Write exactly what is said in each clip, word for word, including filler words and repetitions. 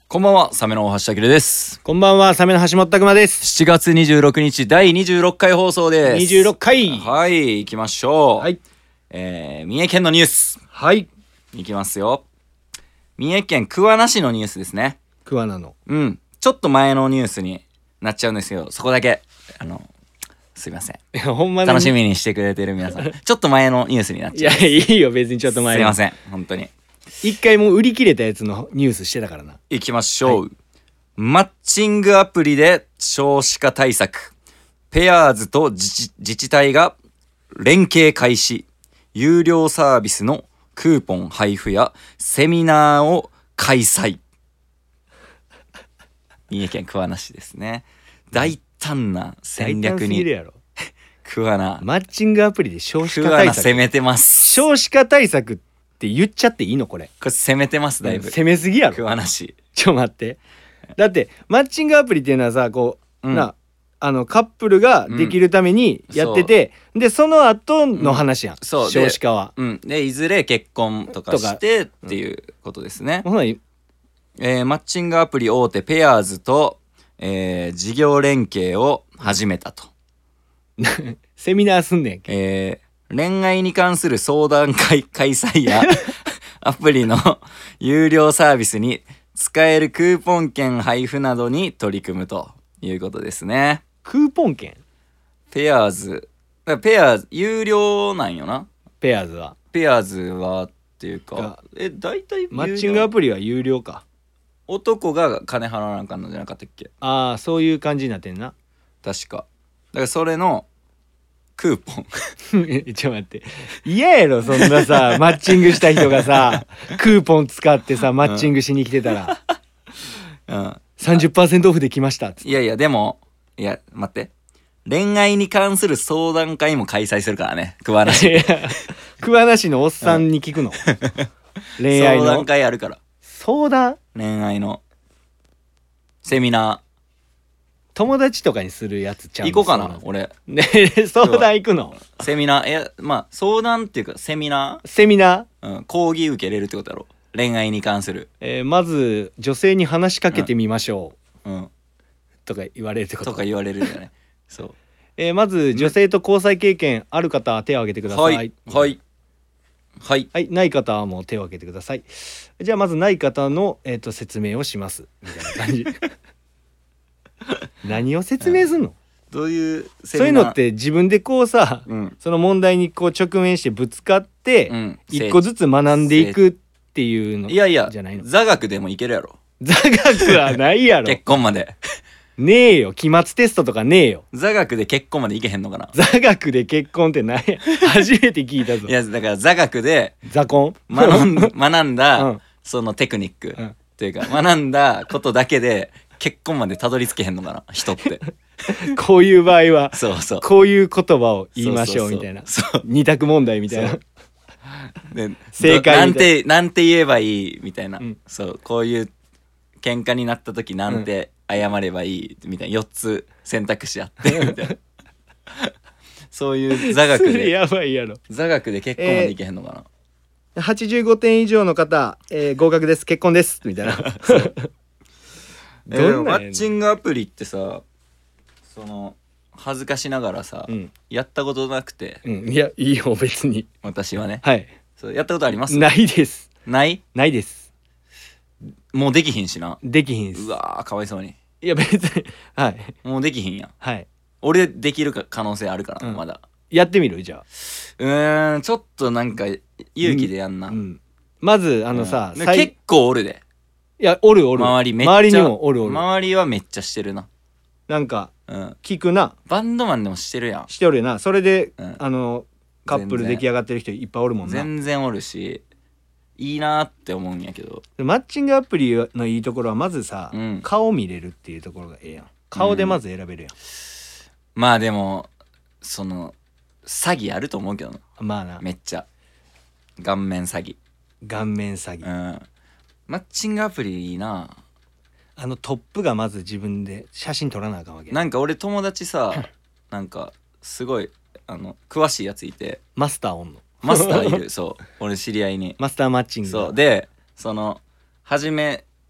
こんばんは、サメの大橋明です。 こんばんは、サメの橋本拓馬です。 しちがつにじゅうろくにちだいにじゅうろっかい放送です。 にじゅうろっかい。 はい、行きましょう。 はい。 えー、三重県のニュース。 はい。 行きますよ。三重県桑名市のニュースですね。 桑名の。 うん。ちょっと前のニュースになっちゃうんですけど、そこだけ、あの、すいません。 いや、ほんまに。 楽しみにしてくれてる皆さん。ちょっと前のニュースになっちゃう。 いや、いいよ、別にちょっと前すいません、本当に。 一回もう売り切れたやつのニュースしてたからな。 行きましょう。はい、マッチングアプリで少子化対策。ペアーズと自治、自治体が連携開始。有料サービスのクーポン配布やセミナーを開催。三重県桑名市ですね。大胆な戦略に。桑名。 マッチングアプリで少子化対策。 桑名攻めてます。 少子化対策って言っちゃっていいのこれ。 これ攻めてます、だいぶ。 攻めすぎやろ。 桑名市。 ちょ待って。だってマッチングアプリっていうのはさ、こう、うん、なあのカップルができるためにやってて、うん、でその後の話やん、うん、そう少子化は。 うん、でいずれ結婚とかしてっていうことですね。 うん、 えー、マッチングアプリ大手ペアーズと、えー、事業連携を始めたと。 セミナーすんねん。 えー、恋愛に関する相談会開催やアプリの有料サービスに使えるクーポン券配布などに取り組むということですね。 クーポン券？ ペアーズ。ペアーズ、有料なんよな。 ペアーズは。 ペアーズはっていうか、え、大体マッチングアプリは有料か。 男が金払わなあかんのじゃなかったっけ？ ああ、そういう感じになってんな。 確か。だからそれのクーポン。 ちょっと待って。嫌やろ、そんなさ、マッチングした人がさ、クーポン使ってさ、マッチングしに来てたら。うん。さんじゅっパーセント オフできましたっつって。 いやいや、でも、いや、待って。恋愛に関する相談会も開催するからね、桑名市。 桑名市のおっさんに聞くの、うん、恋愛の相談会あるから。 相談？ 恋愛のセミナー。 友達とかにするやつちゃう？ 行こうかな、俺。 ね、相談行くの？ セミナー、いや、まあ、相談っていうか、セミナー？ セミナー？うん、講義受けれるってことだろ。恋愛に関する。 えー、まず、女性に話しかけてみましょう。うん。うん、とか言われるってこと？ とか言われるんだよね。そう。 えー、まず、女性と交際経験ある方は手を挙げてください。 はい。はい。はい。 はい、ない方はもう手を挙げてください。じゃあ、まずない方の、えーと、説明をします。みたいな感じ。何を説明すんの？ どういうセミナー？そういうのって自分でこうさ、うん、その問題にこう直面してぶつかって一、うん、個ずつ学んでいくっていうのじゃないの？いやいや、 座学でもいけるやろ。 座学はないやろ。 結婚までねえよ、期末テストとかねえよ。 座学で結婚までいけへんのかな。 座学で結婚ってない初めて聞いたぞ。 いや、だから座学で座婚学ん学んだ、うん、そのテクニック、うん、っていうか学んだことだけで結婚までたどり着けへんのかな、人って。 こういう場合はそうそう、 こういう言葉を言いましょうみたいな。そう二択問題みたいな。 で正解なんてなんて言えばいいみたいな、うん、そうこういう喧嘩になった時なんて謝ればいいみたいなよっつ選択肢あってみたいな。そういう座学でやばいやろ。 座学で結婚までいけへんのかな。 えー、はちじゅうごてん以上の方、えー、合格です、結婚ですみたいな。 えー、マッチングアプリってさ、その恥ずかしながらさ、うん、やったことなくて、 うん、いやいいよ別に。 私はね、 はい、 そうやったことあります？ ないです。 ないないです。 もうできひんしな。 できひんす。 うわーかわいそうに。 いや別にはいもうできひんやん。 はい、 俺できるか可能性あるから、うん、まだやってみる？じゃあうーんちょっとなんか勇気でやんな、うんうん、 まずあのさ、 うん、結構おるで。 いやおるおる、 周りめっちゃ周りにもおるおる、 周りはめっちゃしてるな。 なんか、うん、聞くな。 バンドマンでもしてるやん。 しておるよな。それで、うん、あのカップル出来上がってる人いっぱいおるもんな。 全然おるしいいなって思うんやけど、 マッチングアプリのいいところはまずさ、うん、顔見れるっていうところがええやん。顔でまず選べるやん、うん、 まあでもその詐欺あると思うけどな。 まあな、 めっちゃ顔面詐欺顔面詐欺、 うん、マッチングアプリいいな。 あのトップがまず自分で写真撮らなあかんわけ。 なんか俺友達さなんかすごいあの詳しいやついて。 マスターおんの？ マスターいる。そう俺知り合いにマスターマッチング。 そうでその初め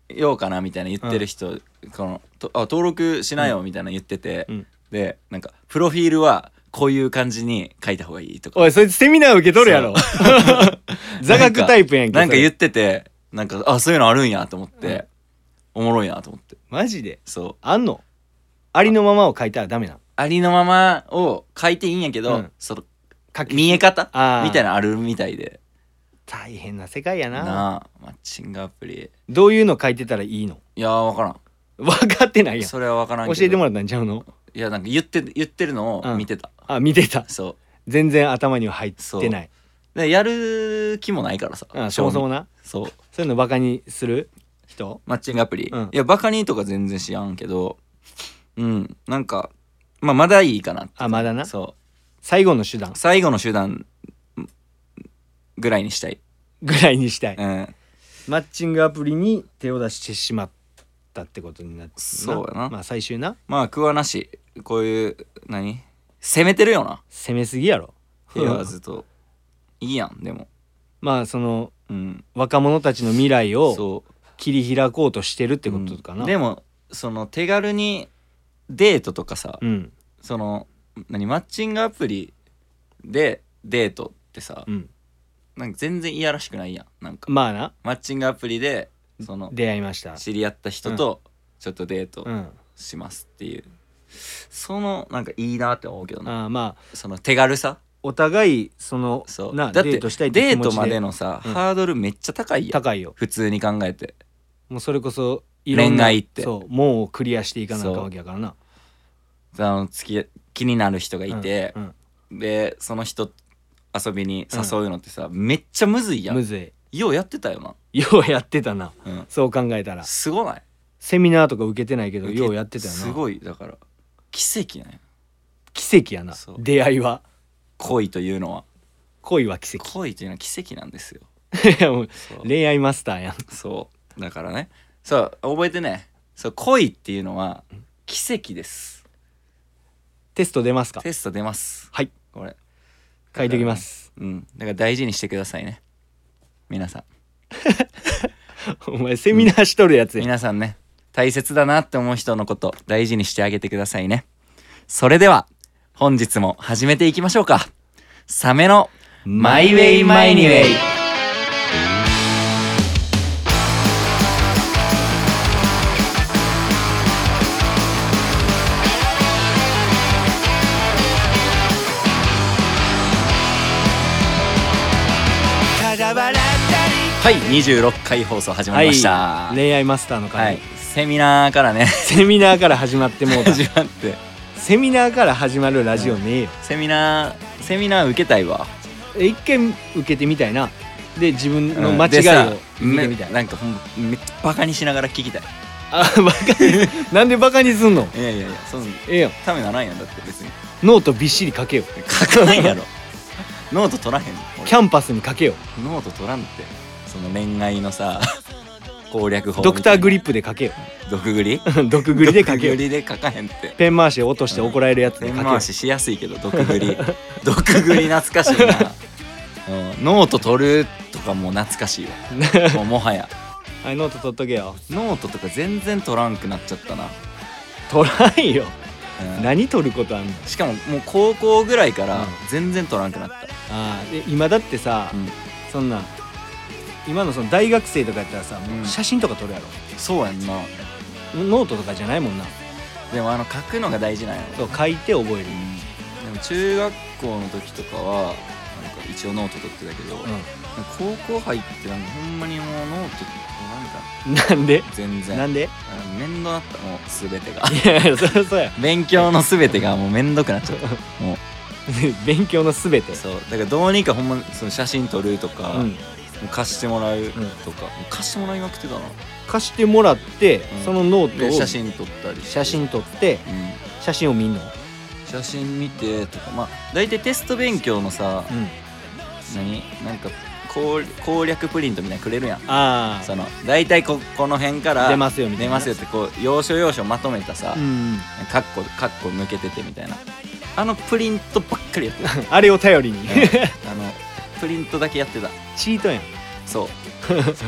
ようかなみたいな言ってる人、うん、このとあ登録しなよみたいな言ってて、うん、でなんかプロフィールはこういう感じに書いた方がいいとか。 おいそいつセミナー受け取るやろ座学タイプやんけ。 なんか言っててなんかあそういうのあるんやと思って、うん、おもろいなと思って。 マジでそうあんのありのままを書いたらダメな。 ありのままを書いていいんやけど、うん、その見え方みたいなのあるみたいで大変な世界やな。 なあマッチングアプリどういうの書いてたらいいの。 いや分からん。 分かってないやん。 それは分からんけど教えてもらったんちゃうの。 いやなんか言って言ってるのを見てた、 うん、あ見てた。 そう全然頭には入ってない。 でやる気もないからさ、 うん、そもそもな。 そうそういうのバカにする人マッチングアプリ、 うん、 いやバカにとか全然知らんけどうんなんかまあまだいいかなって。 あまだな。 そう最後の手段最後の手段ぐらいにしたいぐらいにしたい、 うん、 マッチングアプリに手を出してしまったってことになって。 そうやな。 まあ最終なまあ食わなしこういう何攻めてるよな。 攻めすぎやろペアーズといいやん。でもまあその、 うん、 若者たちの未来を切り開こうとしてるってことかな、 うん、でもその手軽にデートとかさ、 うん、 その何マッチングアプリでデートってさ、うん、なんか全然いやらしくないやん。なんかまあなマッチングアプリでその出会いました知り合った人とちょっとデートしますっていう、うん、そのなんかいいなって思うけどな。 あまあその手軽さお互いそのそうなだってデートしたいって気持ちでデートまでのさ、うん、ハードルめっちゃ高いやん。 高いよ普通に考えて。 もうそれこそいろんな恋愛ってそう門をクリアしていかなあかんわけやからな。 あの付き気になる人がいて、 うんうん、でその人遊びに誘うのってさ、うん、めっちゃむずいやん。 むずい。 ようやってたよな。 ようやってたな、うん、そう考えたらすごない。 セミナーとか受けてないけどようやってたよな。 すごいだから奇跡なんや。 奇跡やな出会いは。 恋というのは恋は奇跡。 恋というのは奇跡なんですよいやもう恋愛マスターやん。 そうだからねそう覚えてね。そう恋っていうのは奇跡です。 テスト出ますか。 テスト出ます。 はいこれ書いておきます、 ね、うんだから大事にしてくださいね皆さんお前セミナーしとるやつや、 うん、皆さんね大切だなって思う人のこと大事にしてあげてくださいね。それでは本日も始めていきましょうか。サメのマイウェイマイニウェイ。はいにじゅうろっかい放送始まりました、 はい、恋愛マスターの会、 はい、セミナーからねセミナーから始まってもうた始まってセミナーから始まるラジオねえよ、 うん、セミナーセミナー受けたいわ。 一見受けてみたいな。で自分の間違いを見てみたい、 うん、なんかほんめっちゃバカにしながら聞きたい。 あバカになんでバカにすんの。 いやいやいやそのええやんためならんやん。だって別にノートびっしり書けよ。 書かないやろノート取らへんの。 キャンパスに書けよ。 ノート取らんって。その恋愛のさ攻略法ドクターグリップで書けよ。 毒グリ毒グリで書けよ。 毒グリで書かへんって。 ペン回し落として怒られるやつで書けよ。 ペン回ししやすいけど毒グリ毒グリ懐かしいな、うん、ノート取るとかもう懐かしいわもうもはやはいノート取っとけよ。 ノートとか全然取らんくなっちゃったな。 取らんよ、 うん、 何取ることあんの。 しかももう高校ぐらいから全然取らんくなった、うん、 ああで今だってさ、うん、そんな今のその大学生とかやったらさ、もう写真とか撮るやろ。 そうやんな。 ノートとかじゃないもんな。 でもあの書くのが大事なんやろ。 そう書いて覚える、うん、 でも中学校の時とかはなんか一応ノート取ってたけど、うん、高校入ってなんかほんまにもうノートなんかなんで全然なんで面倒なったもう全てがいやそりゃそうや勉強の全てがもう面倒くなっちゃったもう勉強の全て。 そうだからどうにかほんまその写真撮るとか、うん、貸してもらうとか、うん、貸してもらいまくってたな。 貸してもらって、うん、そのノートを写真撮ったり写真撮って、うん、写真を見んの。 写真見てとかまあ大体テスト勉強のさ、うん、何なんか攻, 攻略プリントみたいなのくれるやん。 あその大体 こ, この辺から出ますよみたいな出ますよってこう要所要所まとめたさ、うん、カッコカッコ抜けててみたいなあのプリントばっかりやってたあれを頼りに、 うん、あのプリントだけやってた。 チートやん。 そう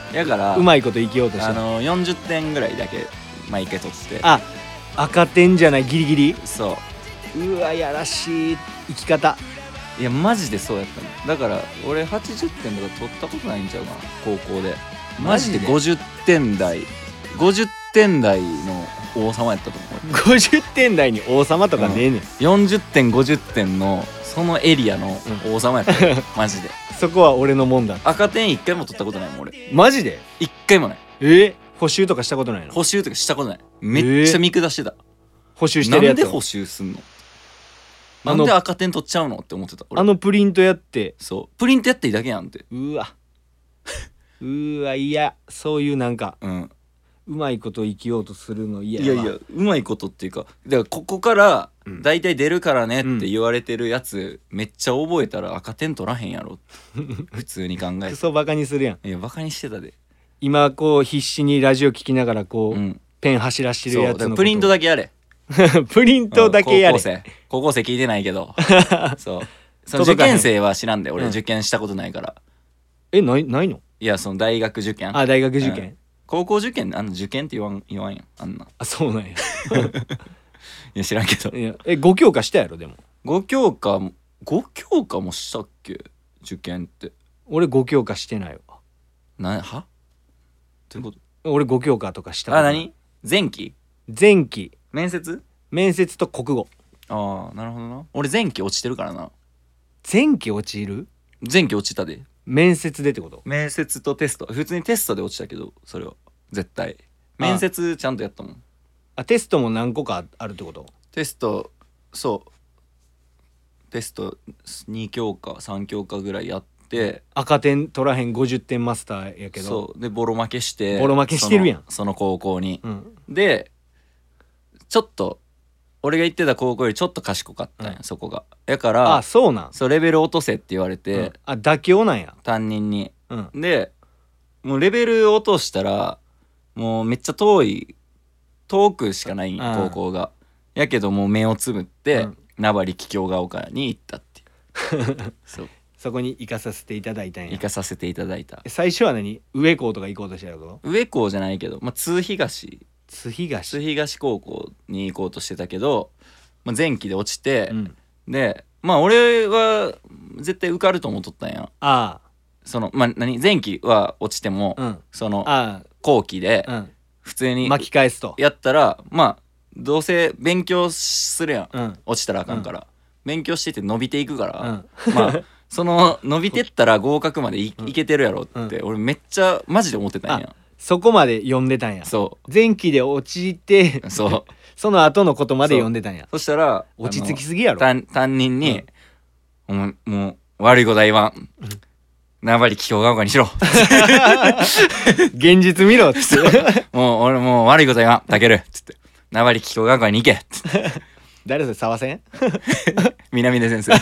やからうまいこと生きようとしてあのよんじゅってんぐらいだけ毎回取ってあ赤点じゃないギリギリそうわやらしい生き方いやマジでそうやったのだから俺はちじゅってんとか取ったことないんちゃうかな高校でマジでごじゅってん台ごじゅってん台の王様やったと思うごじゅってん台に王様とかねえねん、 よんじゅってんごじゅってんのそのエリアの王様やったよ、マジでそこは俺のもんだ赤点いっかいも取ったことないもん俺マジでいっかいもないえ補習とかしたことないの補習とかしたことないめっちゃ見下してた、 補習してるやつなんで補習すんのあのなんで赤点取っちゃうのって思ってた俺あのプリントやってそうプリントやっていいだけやんってうわうわいやそういうなんかうんうまいこと生きようとするの嫌いやいやうまいことっていうかだからここからうん大体出るからねって言われてるやつ、めっちゃ覚えたら赤点取らへんやろ普通に考えてクソバカにするやんいやバカにしてたで今こう必死にラジオ聞きながらこう、 うんペン走らしてるそうやつのことだからプリントだけやれプリントだけやれうん高校生高校生聞いてないけどそうその受届かへん験生は知らんで俺うん受験したことないから、 えないないのいやその大学受験あ大学受験、 うん高校受験あの受験って言わん言わんやんあんないあそうなんやや知らんけどいやえご教科したやろでもご教科もご教科もしたっけ受験って俺ご教科してないわなはどういうこ俺ご教科とかしたことないとあ何前期前期面接面接と国語ああなるほどな俺前期落ちてるからな前期落ちる前期落ちたで面接でってこと面接とテスト普通にテストで落ちたけどそれは絶対面接ちゃんとやったもんあテストも何個かあるってことテストそうテストに教科さん教科ぐらいやって赤点取らへんごじゅってんマスターやけどそうでボロ負けしてボロ負けしてるやんその、その高校に、 うんでちょっと俺が行ってた高校よりちょっと賢かったんや、 うんそこがやからあそうなんそうレベル落とせって言われうんて、 あ妥協なんや担任にうんでもうレベル落としたらもうめっちゃ遠い遠くしかないんうん高校がやけどもう目をつむって、 うん名張桔梗ヶ丘に行ったっていうそうそこに行かさせていただいたんや行かさせていただいた最初は何上高とか行こうとしたやろ上高じゃないけど、まあ、津東津東津東高校に行こうとしてたけど、まあ、前期で落ちて、 うんでまあ俺は絶対受かると思っとったんやあそのまあ何前期は落ちても、 あうんそのあ後期であうん普通に巻き返すとやったらまあどうせ勉強するやんうん落ちたらあかんから、勉強してて伸びていくから、 うんまあその伸びてったら合格までい,、いけてるやろって、俺めっちゃマジで思ってたんやそこまで読んでたんやそ前期で落ちてうそうその後のことまで読んでたんやそしたら落ち着きすぎやろ担担任に、お前もう悪いことは言わん名張桔梗ヶ丘にしろ現実見ろっつってもう俺もう悪いことは言わんたけるっつって名張桔梗ヶ丘に行けっつって誰それ沢せん南出先生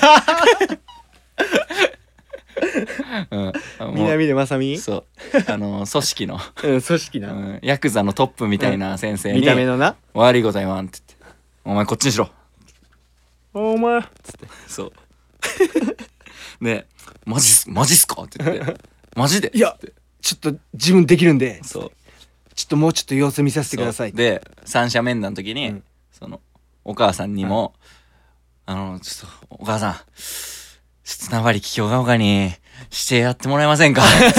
うん、もう南出正美そうあの組織の、 うん組織なうん、ヤクザのトップみたいな先生に、 見た目のな悪いことは言わんって言ってお前こっちにしろお前つってそうでマジっすマジっすかって言ってマジでいやつってちょっと自分できるんでそうちょっともうちょっと様子見させてくださいそうで三者面談の時に、 うんそのお母さんにも、あのちょっとお母さんちょっと名張桔梗ヶ丘にしてやってもらえませんか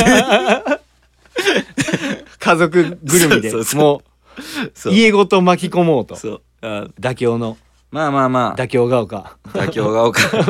家族ぐるみでそうそうそうもそうう家ごと巻き込もうとそうあ妥協のまあまあまあ妥協が丘妥協が丘ダメ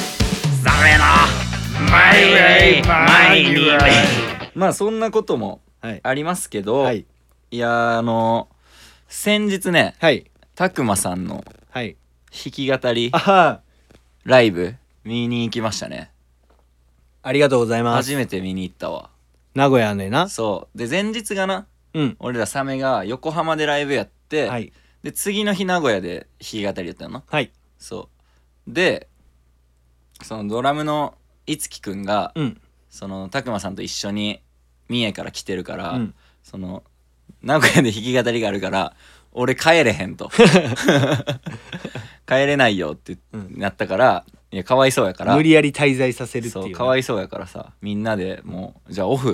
なマイウェイマイウェイまあそんなこともはいありますけど、 はいいやあの先日ねはいたくまさんのはい弾き語りあはライブ見に行きましたねありがとうございます初めて見に行ったわ名古屋でなそうで前日がなうん俺らサメが横浜でライブやって、 はいで次の日名古屋で弾き語りやったよなはいそうでそのドラムのいつきくんが、 うんそのたくまさんと一緒に三重から来てるから、 うんその名古屋で弾き語りがあるから俺帰れへんと帰れないよってなったからいやかわいそうやから無理やり滞在させるっていうそうかわいそうやからさみんなでもうじゃあオフ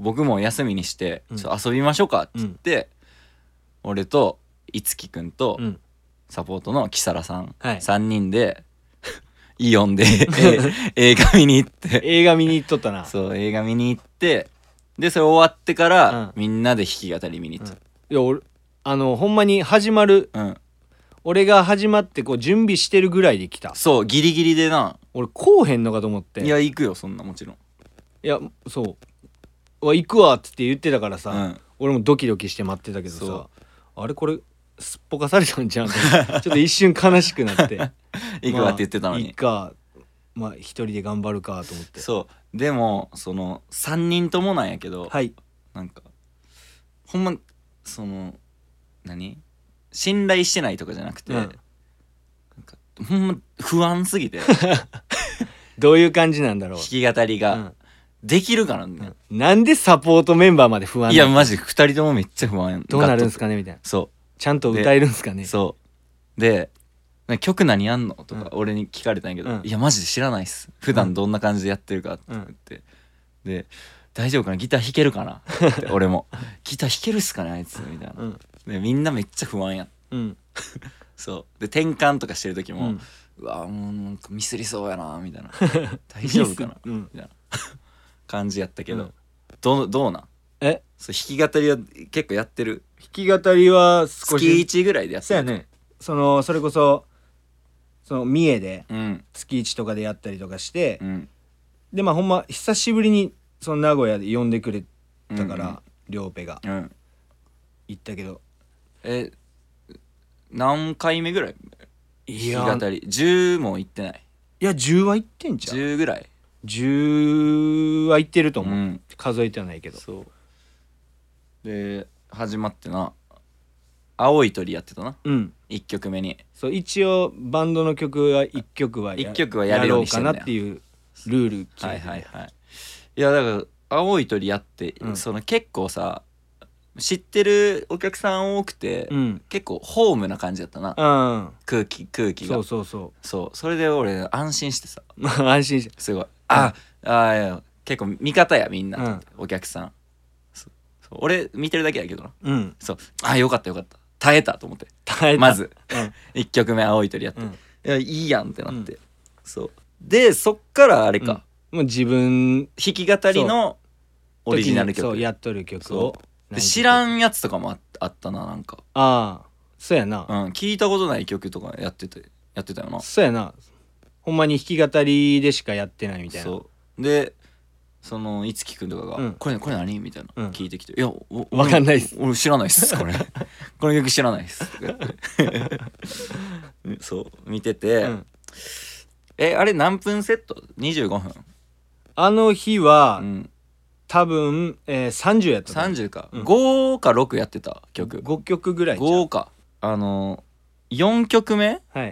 僕も休みにして、 うんちょっと遊びましょうかって言って、俺といつきくんとうんサポートのキサラさん、 はいさんにんでイオンでえ映画見に行って映画見に行っとったな。 そう映画見に行ってでそれ終わってから、 うんみんなで弾き語り見に行っちゃっいや俺あのほんまに始まるた、うん、 俺が始まってこう準備してるぐらいで来た。 そうギリギリでな、 俺こうへんのかと思っていや行くよそんなもちろん、 いやそうわ行くわっつって言ってたからさ、 うん、 俺もドキドキして待ってたけどそさあれこれすっぽかされたんじゃんってちょっと一瞬悲しくなって行くわって言ってたのに、 まあいっかまあ一人で頑張るかと思ってそうでもそのさんにんともなんやけど、 はいなんかほんまその何信頼してないとかじゃなくて、 うんなんかほんま不安すぎてどういう感じなんだろう弾き語りができるかな、ねうんなんでサポートメンバーまで不安なのいやマジふたりともめっちゃ不安どうなるんすかかねみたいなそちゃんと歌えるんすかねうそうでなんか曲何やんのとか俺に聞かれたんやけど、 うんいやマジで知らないっす普段どんな感じでやってるかって言って、で大丈夫かなギター弾けるかなって俺もギター弾けるっすかねあいつみたいな、 うんでみんなめっちゃ不安やんうんそうで転換とかしてる時も、 うんうわもうなんかミスりそうやなみたいな大丈夫かなうんみたいな感じやったけど、 うんどうどうなんえそう弾き語りは結構やってる弾き語りは少月しいちぐらいでやってるそうやねそのそれこそその三重でうん月いちとかでやったりとかして、 うんでまあほんま久しぶりにその名古屋で呼んでくれたから、 うんりょうぺがうん行ったけどえ何回目ぐらいい弾き語りじゅうもいってないいやじゅうは行ってんじゃんじゅうぐらいじゅうは行ってると思う、 うん数えてはないけどそうで始まってな青い鳥やってたないっきょくめにそう一応バンドの曲はいっきょくはや一曲はやるようにしてんだよやろうかなっていうルール決はいめてはいはいいやだから青い鳥やって、 うんその結構さ知ってるお客さん多くて、 うん結構ホームな感じやったなうん空気空気がそうそうそそうそれで俺安心してさう安心してすごいあ、あいや結構味方やみんな、 うんお客さんそうそう俺見てるだけやけどなうんそうあよかったよかった耐えたと思って耐えたまずうんいっきょくめ青い鳥やって、 うんいやいいやんってなって、そうでそっからあれか、 もう自分弾き語りのオリジナル曲そうやっとる曲をで知らんんやつとかもああったななんか、 ああそうやな、 うん、聞いたことない曲とかやっててやってたよなそうやなほんまに弾き語りでしかやってないみたいなそうでそのいつきくんとかが「 うんこれこれ何?」みたいな、 うん聞いてきて「いやおわかんないっす俺俺知らないっすこれこの曲知らないっす」とか言ってそう見てて、 うんえあれ何分セット ?にじゅうご 分あの日は、 うん多分、えー、さんじゅうやったと思うさんじゅうか、 うんごかろくやってた曲ごきょくぐらいじゃんごかあのよんきょくめはい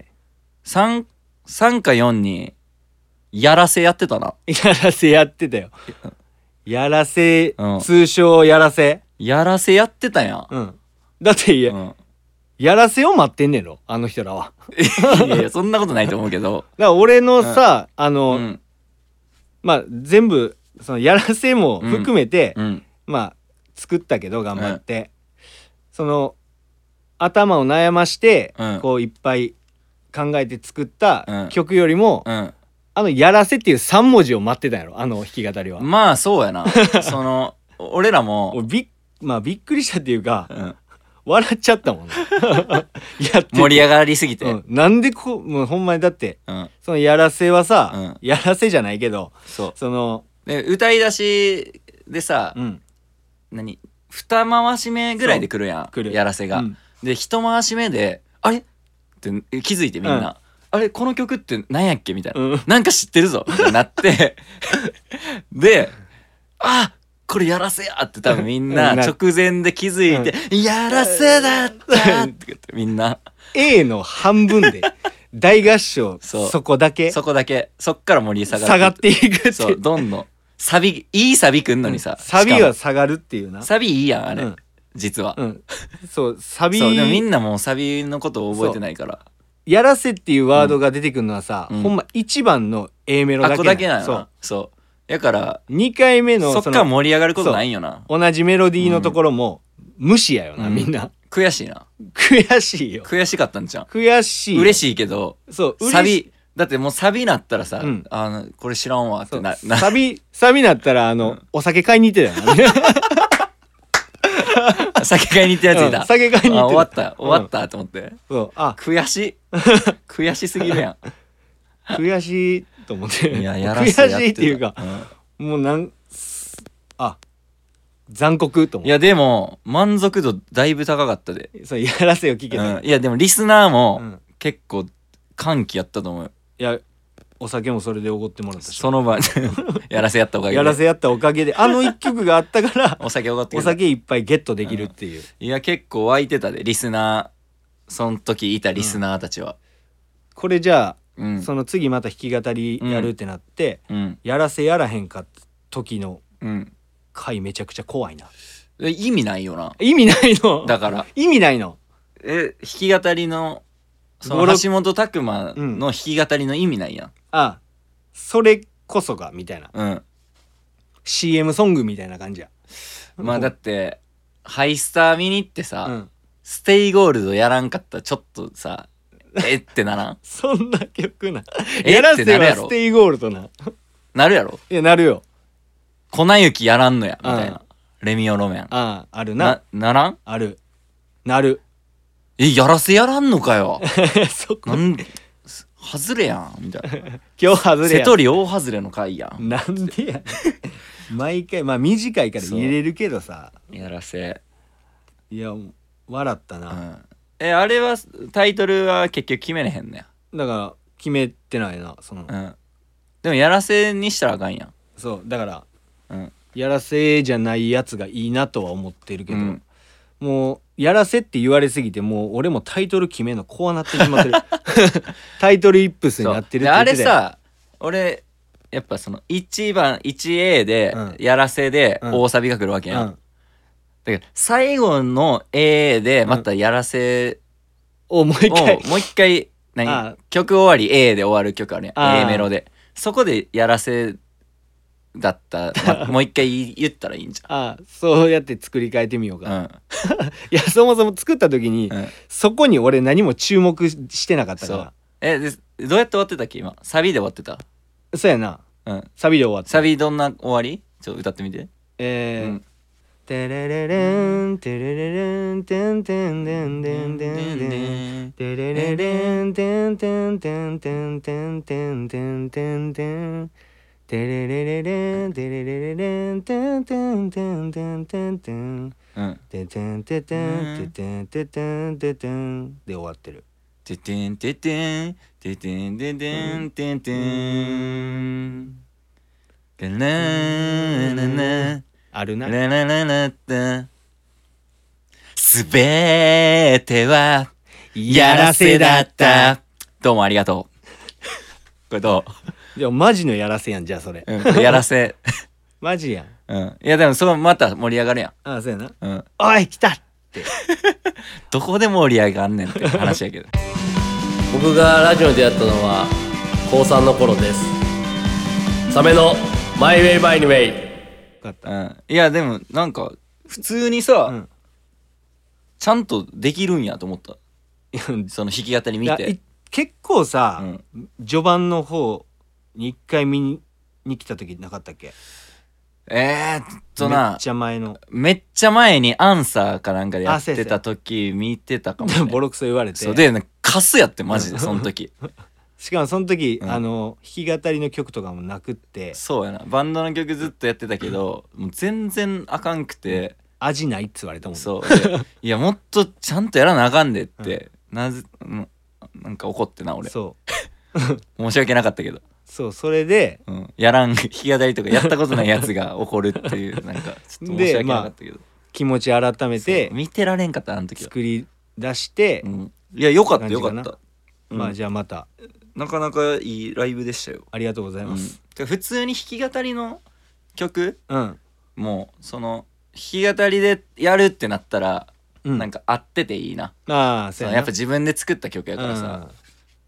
3, 3かよんにやらせやってたなやらせやってたよやらせ、 うん通称やらせやらせやってたやん、 うんだっていや、 うん、 やらせを待ってんねんろあの人らはいやいやそんなことないと思うけど、 だから俺のさ、あの、 うんまあ全部そのやらせも含めて、 うんまあ作ったけど頑張って、その頭を悩まして、 うんこういっぱい考えて作ったうん曲よりも、 うんあのやらせっていうさん文字を待ってたんやろあの弾き語りは、 まあそうやなその俺らも俺びっまあびっくりしたっていうか、 うん笑っちゃったもんねやってて盛り上がりすぎて、 うん、なんでこうもうほんまにだってうん、 そのやらせはさ、 うんやらせじゃないけどそうそので歌い出しでさ、 うん何二回し目ぐらいで来るやん来るやらせが、 うんで一回し目であれって気づいてみんな、 うんあれこの曲って何やっけみたいな、 うんなんか知ってるぞってなってであこれやらせやって多分みんなうんな直前で気づいて、やらせだったって言ってみんな A の半分で大合唱そうそこだけそこだけそっから盛り下が下がっていくってそうどんどんサビいいサビくんのにさ、 サビしかもは下がるっていうなサビいいやんあれ、 うん実は、 うんそうサビそうでもみんなもうサビのことを覚えてないからやらせっていうワードが出てくるのはさ、 うんほんま一番の A メロだけあここだけなのそうそうやからにかいめのそっから盛り上がることないんよな。 同じメロディーのところも無視やよな、 うんみんな悔しいな。 悔しいよ悔しかったんじゃん。 悔しい嬉いしいけどそう嬉しいサビだってもうサビなったらさ、 うんあのこれ知らんわっそうてななサビサビなったらあの、 うんお酒買いに行ってたよね酒買いに行ったやついた、 うん酒買いに行ってたあ終わった終わったと思って、 そうあ悔しい悔しすぎるや悔しいと思ってん。いややら悔せやしいっていうかうんもうなんあ残酷と思っていやでも満足度だいぶ高かったで、 そうやらせよ聞けた、 うん、いやでもリスナーもうん結構歓喜やったと思うよ。 いやお酒もそれでおごってもらったしその場やらせやったおかげでやらせやったおかげであの一曲があったからお酒おごっておくれた。 酒いっぱいゲットできるっていう、 いや結構湧いてたでリスナー、その時いたリスナーたちは。 これじゃあ、 うんその次また弾き語りやるってなって、 うんやらせやらへんかった時のうん回めちゃくちゃ怖いな。 え意味ないよな。 意味ないのだから意味ないのえ弾き語りのそごろくの橋本拓馬の弾き語りの意味ないやん。 あそれこそがみたいなうん、 シーエム ソングみたいな感じや。 まあだってハイスター見に行ってさ、 うんステイゴールドやらんかったらちょっとさえってならんそんな曲なえやらせってなるやろはステイゴールドななるやろ。 いやなるよ。 粉雪やらんのやみたいな、レミオロメンあああるななならん。 あるなるえやらせやらんのかよそこなん外れやんみたいな今日外れや瀬戸り大外れの回やん。 なんでやねん毎回まあ短いから入れるけどさやらせ、 いや笑ったな、 うん、えあれはタイトルは結局決めれへんねだから決めてないなその、 や、うん、でもやらせにしたらあかんやん。 そうだからうんやらせじゃないやつがいいなとは思ってるけど、 うんもうやらせって言われすぎてもう俺もタイトル決めんのこうなってしまってるタイトルイップスになってるってであれ言ってたよさ俺やっぱそのいちばん いちエー でうんやらせでうん大サビが来るわけやん、 うんだから最後の A でまたやらせおもう一を回もう一回何ああ曲終わり A で終わる曲あるやんああ A メロでそこでやらせだった、ま、もう一回言ったらいいんじああそうやって作り変えてみようか、 ゃん。 いやそもそも作った時に、 うん、うん、 そこに俺何も注目してなかったからえでどうやって終わってたっけ今サビで終わってた。 そうやなうんサビで終わったサビどんな終わりちょっと歌ってみて。 えーうんテレレレンテレレレンテンテンテンテンテンテンテレレレンテンテンテンテンテンテンテンテンテンテレレレレンテレレレレンテンテンテンテンテンテンうんテテンテテンテテンテテンテテンで終わってる。 ててんててんててんててんてんてんララララあるな。 ララララってすべてはやらせだったどうもありがとう。これどでもマジのやらせやんじゃあそれ。 う、うん、これやらせマジやん。 うんいやでもそのまた盛り上がるやああそうやな。 ん。うんおい来た。 どこで盛り上がんねんって話やけど僕がラジオに出会ったのは高さんの頃です。サメのマイウェイバイニウェイ。 よかった。 うんいやでもなんか普通にさ、 うんちゃんとできるんやと思った。 いやその弾き語り見いやてい結構さ、 うん序盤の方に一回見にに来た時なかったっけ？ えー、っとめっなちゃ前のめっちゃ前にアンサーかなんかでやっあそうやそうやてた時見てたかもしれないボロクソ言われてそうでカスやってマジでその時しかもその時、 うんあの弾き語りの曲とかもなくってそうやなバンドの曲ずっとやってたけどもう全然あかんくて味ないっつ言われたもん。 そうでいやもっとちゃんとやらなあかんでって、なぜ、うん、なんか怒ってな俺そう申し訳なかったけど、 そうそれでうん、やらん弾き語りとかやったことないやつが怒るっていうなんかちょっと申し訳なかったけど、 気持ち改めてそう見てられんかったあの時は、 作り出して、 うん、いやよかったよか感じかなった、うんまあじゃあまたなかなかいいライブでしたよ。 ありがとうございうんます。 てか普通に弾き語りの曲うん、 もうその弾き語りでやるってなったら、 うん、 なんか合ってていいな。 ああそうやなそのやっぱ自分で作った曲やからさ、なんか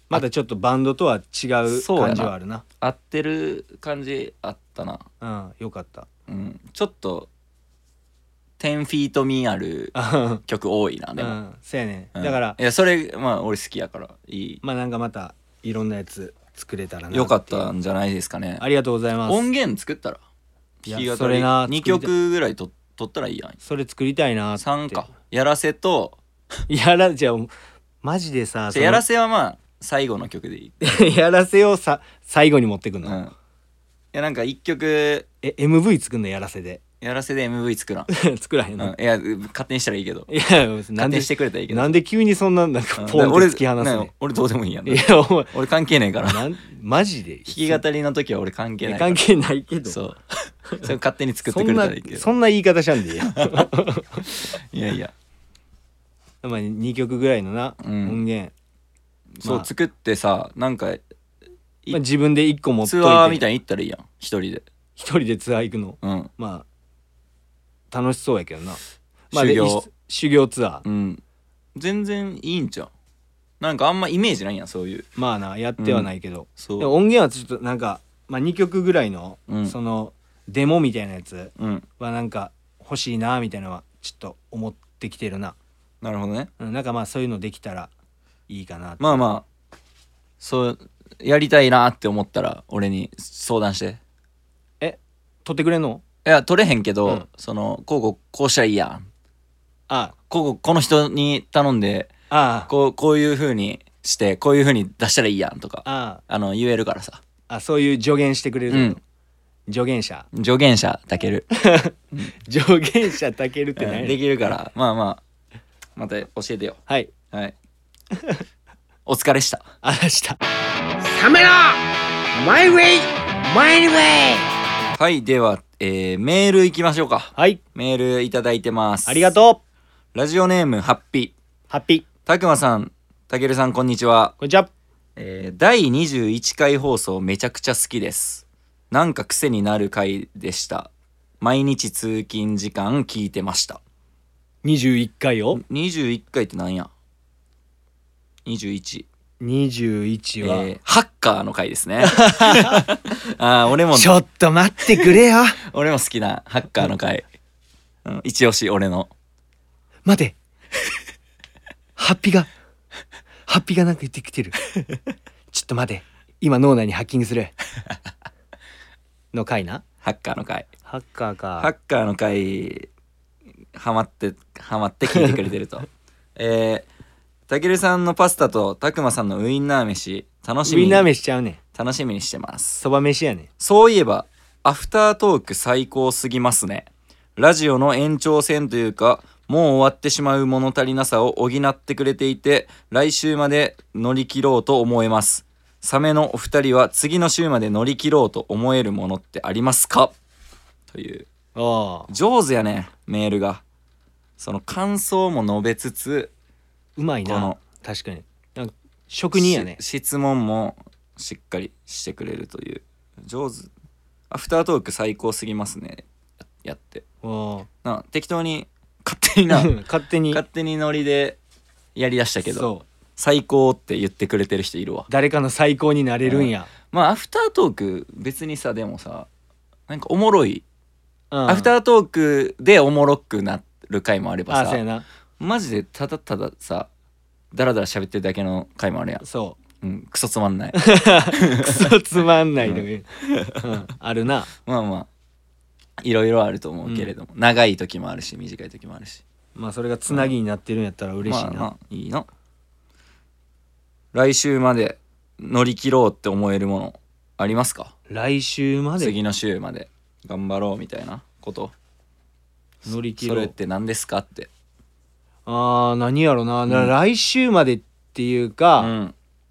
またちょっとバンドとは違う感じはあるな。 合ってる感じあったな。 うんよかった。 うんちょっとじゅうフィートミあるうん曲多いなでも、 うんそうやね、 うんだからいやそれまあ俺好きやからいい、 まあなんかまたいろんなやつ作れたらな。 よかったんじゃないですかね。 ありがとうございます。 音源作ったらいや弾き語りそれなにきょくぐらいと撮ったらいいやん。 それ作りたいなって。 さんかやらせとやらじゃあマジでさじゃやらせはまあ最後の曲でいい。 やらせをさ最後に持ってくんの、 うんいやなんかいっきょくえ エムブイ 作んのやらせでやらせで エムブイ 作らん、 作らへんの、 うん、いや勝手にしたらいいけどいやなんで勝手にしてくれたらいいけどなんで急にそんななんかうんポンって俺突き放すねね俺どうでもいいやんいやお前俺関係ねえから弾なんマジでき語りの時は俺関係ないから関係ないけどそうそれ勝手に作ってそんなくれたらいいけどそんな言い方しゃんでいいやいやいやまあにきょくぐらいのな、 うん音源、 そう、 まあ作ってさなんかいまあ、自分でいっこ持っといてツアーみたいに行ったらいいやん一人で一人でツアー行くのうんまあ楽しそうやけどな、まあ、 修行でい修行ツアー、 うん全然いいんちゃう。なんかあんまイメージないやんそういうまあなやってはないけど、 そうでも音源はちょっとなんか、まあ、にきょくぐらいの、 うんそのデモみたいなやつうんはなんか欲しいなみたいなのはちょっと思ってきてるな、 なるほどね。 うん、なんかまあそういうのできたらいいかなって。 まあまあそうやりたいなって思ったら俺に相談して。 撮ってくれんの？ いや取れへんけど、 うんそのこうこうこうしたらいいやん、 あこうこうこの人に頼んでああこうこういう風にしてこういう風に出したらいいやんとかああの言えるからさ。 あそういう助言してくれるってこと、助言者助言者たける、 助言者たけるってうん何？ できるからまあまあまた教えてよ。 はいはいお疲れした。 あらしたサメのマイウェイマイウェイ。 はいでは、えー、メールいきましょうか。 はいメールいただいてます。 ありがとう。 ラジオネームハッピー。 ハッピーたくまさんたけるさんこんにちは。 こんにちは。 えー、だいにじゅういっかい放送めちゃくちゃ好きです。なんか癖になる回でした。毎日通勤時間聞いてました。 にじゅういっかいをにじゅういっかいってなんや。にじゅういち、 にじゅういちは、 えー、ハッカーの回ですねあー俺もちょっと待ってくれよ俺も好きなハッカーの回、うん、一押し俺の。 待てハッピがハッピがなんか言ってきてるちょっと待て今脳内にハッキングするの回な。 ハッカーの回ハッカーか。 ハッカーの回ハマってハマって聞いてくれてるとえーたけるさんのパスタとたくまさんのウインナー飯楽しみにウインナー飯ちゃうねん。 楽しみにしてます。 そば飯やねん。 そういえばアフタートーク最高すぎますね。ラジオの延長線というかもう終わってしまう物足りなさを補ってくれていて来週まで乗り切ろうと思えます。サメのお二人は次の週まで乗り切ろうと思えるものってありますかという。 ああ上手やねメールが。その感想も述べつつうまいなこの。 確かになんか職人やね。 し質問もしっかりしてくれるという上手。アフタートーク最高すぎますねやってあな。適当に勝手になあ勝手に勝手にノリでやりだしたけどそう最高って言ってくれてる人いるわ。 誰かの最高になれるんや。 まあアフタートーク別にさでもさなんかおもろい、 うんアフタートークでおもろくなる回もあればさああそうやな。 マジでただたださダラダラ喋ってるだけの回もあるやん。 そうんクソつまんないうクソつまんないとか言う、うん、あるな。 まあまあいろいろあると思うけれども、長い時もあるし短い時もあるしまあそれがつなぎになってるんやったら嬉しいな。 まあまあいいの。来週まで乗り切ろうって思えるものありますか。 来週まで次の週まで頑張ろうみたいなこと乗り切ろう。 それって何ですかって。 あー何やろな、なうん来週までっていうか、 うん